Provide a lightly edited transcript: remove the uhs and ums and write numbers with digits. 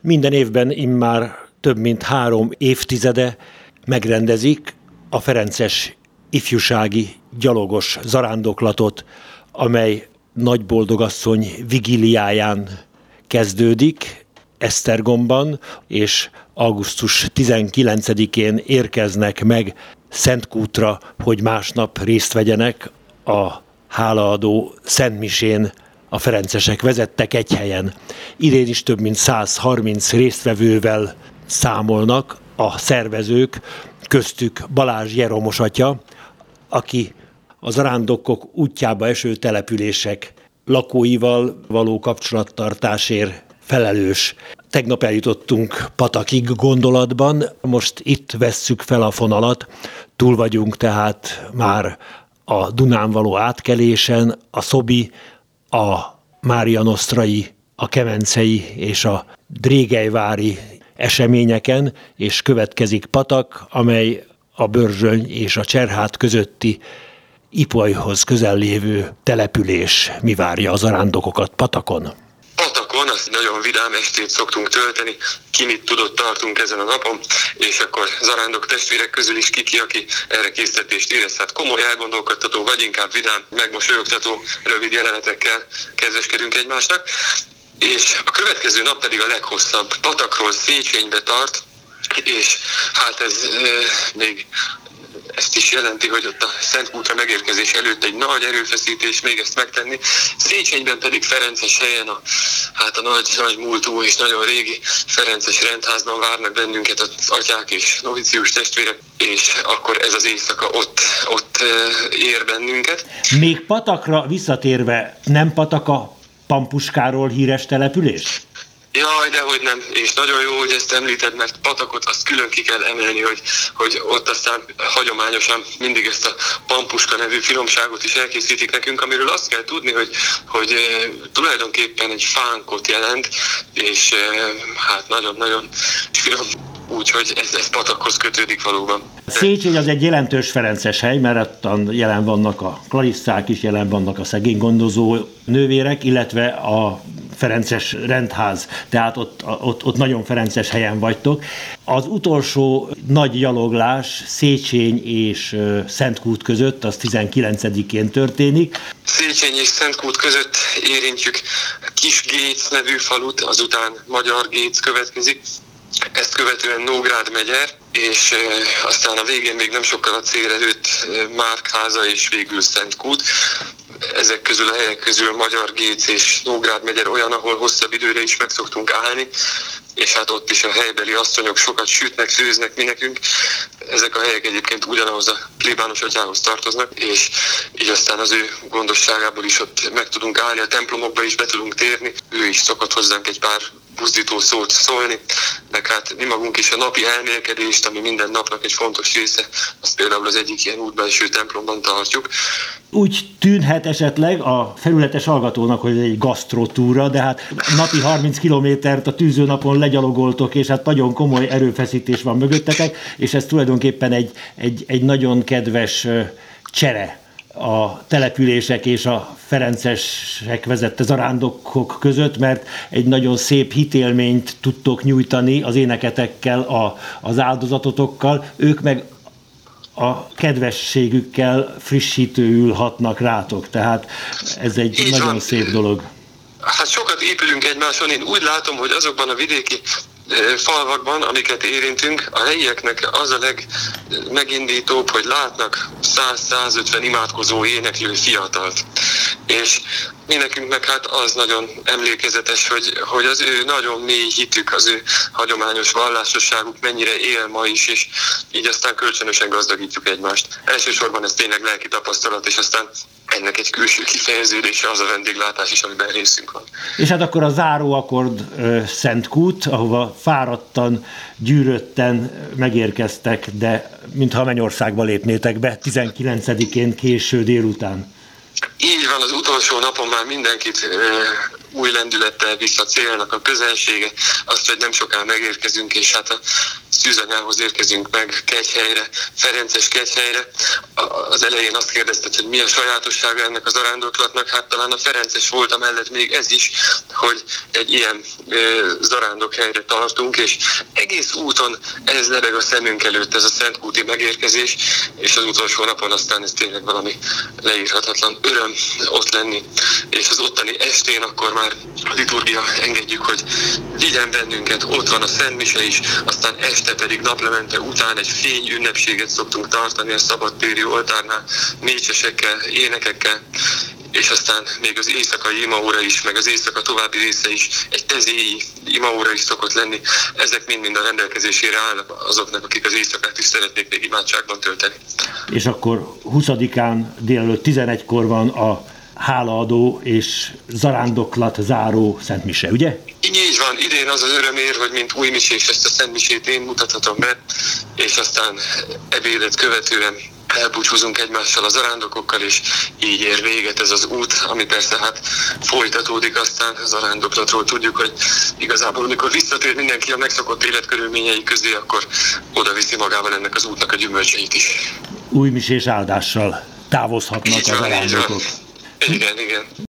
Minden évben immár több mint 3 évtizede megrendezik a ferences ifjúsági gyalogos zarándoklatot, amely Nagyboldogasszony vigíliáján kezdődik Esztergomban, és augusztus 19-én érkeznek meg Szentkútra, hogy másnap részt vegyenek a hálaadó szentmisén. A ferencesek vezettek egy helyen. Idén is több mint 130 résztvevővel számolnak a szervezők, köztük Balázs Jeromos atya, aki a zarándokok útjába eső települések lakóival való kapcsolattartásért felelős. Tegnap eljutottunk Patakig gondolatban, most itt vesszük fel a fonalat, túl vagyunk tehát már a Dunán való átkelésen, a Szobi, a Mária Nosztrai, a kemencei és a drégelyvári eseményeken, és következik Patak, amely a Börzsöny és a Cserhát közötti Ipolyhoz közel lévő település. Mi várja a zarándokokat Patakon? Patakon azt nagyon vidám estét szoktunk tölteni, ki mit tudott tartunk ezen a napon, és akkor zarándok testvérek közül is ki, aki erre késztetést érez. Hát komoly, elgondolkodtató, vagy inkább vidám, megmosolyogtató rövid jelenetekkel kedveskedünk egymásnak. És a következő nap pedig a leghosszabb. Patakról Széchenybe tart, és hát ez még ezt is jelenti, hogy ott a Szentkútra megérkezés előtt egy nagy erőfeszítés még ezt megtenni. Széchenyben pedig ferences helyen a nagy múltú és nagyon régi ferences rendházban várnak bennünket az atyák és novicius testvérek, és akkor ez az éjszaka ott ér bennünket. Még Patakra visszatérve, nem Patak a Pampuskáról híres település? Jaj, dehogy nem, és nagyon jó, hogy ezt említed, mert Patakot azt külön ki kell emelni, hogy ott aztán hagyományosan mindig ezt a Pampuska nevű finomságot is elkészítik nekünk, amiről azt kell tudni, hogy tulajdonképpen egy fánkot jelent, és hát nagyon-nagyon finom, úgyhogy ez Patakhoz kötődik valóban. Széchenyi az egy jelentős ferences hely, mert ottan jelen vannak a klarisszák is, jelen vannak a szegénygondozó nővérek, illetve a ferences rendház, tehát ott nagyon ferences helyen vagytok. Az utolsó nagy gyaloglás Széchenyi és Szentkút között, az 19-én történik. Széchenyi és Szentkút között érintjük Kis Géc nevű falut, azután Magyar Géc következik. Ezt követően Nógrád megyer, és aztán a végén még nem sokkal a cél előtt Márkháza és végül Szentkút. Ezek közül a helyek közül Magyar Géc és Nógrád megyer olyan, ahol hosszabb időre is meg szoktunk állni, és hát ott is a helybeli asszonyok sokat sütnek, főznek mi nekünk. Ezek a helyek egyébként ugyanahoz a plébános atyához tartoznak, és így aztán az ő gondosságából is ott meg tudunk állni, a templomokba is be tudunk térni. Ő is szokott hozzánk egy pár buzdító szót szólni, meg hát mi magunk is a napi elmélkedést, ami minden napnak egy fontos része, azt például az egyik ilyen útbelső templomban tartjuk. Úgy tűnhet esetleg a felületes hallgatónak, hogy ez egy gasztrotúra, de hát napi 30 kilométert a tűzőnapon legyalogoltok, és hát nagyon komoly erőfeszítés van mögöttetek, és ez tulajdonképpen egy nagyon kedves csere a települések és a ferencesek vezette zarándokok között, mert egy nagyon szép hitélményt tudtok nyújtani az éneketekkel, az áldozatotokkal, ők meg a kedvességükkel frissítőül hatnak rátok, tehát ez egy így nagyon van. Szép dolog. Hát sokat épülünk egymáson, én úgy látom, hogy azokban a vidéki falvakban, amiket érintünk, a helyieknek az a legmegindítóbb, hogy látnak 100-150 imádkozó éneklő fiatalt. És mi nekünk meg hát az nagyon emlékezetes, hogy az ő nagyon mély hitük, az ő hagyományos vallásosságuk mennyire él ma is, és így aztán kölcsönösen gazdagítjuk egymást. Elsősorban ez tényleg lelki tapasztalat, és aztán ennek egy külső kifejeződése az a vendéglátás is, amiben részünk van. És hát akkor a záróakkord Szentkút, ahova fáradtan, gyűrötten megérkeztek, de mintha a Mennyországba lépnétek be 19-én késő délután. Így van, az utolsó napon már mindenkit új lendülettel visz a célnak a közelsége, azt, hogy nem soká megérkezünk, és hát a Szűzanyához érkezünk meg Kegyhelyre, Ferences Kegyhelyre. Az elején azt kérdezted, hogy mi a sajátossága ennek a zarándoklatnak, hát talán a Ferences volt, amellett még ez is, hogy egy ilyen zarándokhelyre tartunk, és egész úton ez lebeg a szemünk előtt, ez a szentkúti megérkezés, és az utolsó napon aztán ez tényleg valami leírhatatlan öröm ott lenni, és az ottani estén akkor már a liturgia engedjük, hogy vigyen bennünket, ott van a Szentmise is, aztán este pedig naplemente után egy fény ünnepséget szoktunk tartani a szabadtéri oltárnál, mécsesekkel, énekekkel, és aztán még az éjszakai imaóra is, meg az éjszaka további része is, egy tezéi imaóra is szokott lenni. Ezek mind a rendelkezésére állnak azoknak, akik az éjszakát is szeretnék még imádságban tölteni. És akkor 20-án délelőtt 11-kor van a hálaadó és zarándoklat záró szentmise, ugye? Így van, idén az az örömér, hogy mint újmisés ezt a szentmisét én mutathatom be, és aztán ebédet követően elbúcsúzunk egymással a zarándokokkal, és így ér véget ez az út, ami persze hát folytatódik aztán a zarándoklatról. Tudjuk, hogy igazából amikor visszatér mindenki a megszokott életkörülményei közé, akkor oda viszi magával ennek az útnak a gyümölcseit is. Újmisés áldással távozhatnak a zarándokok. Igen.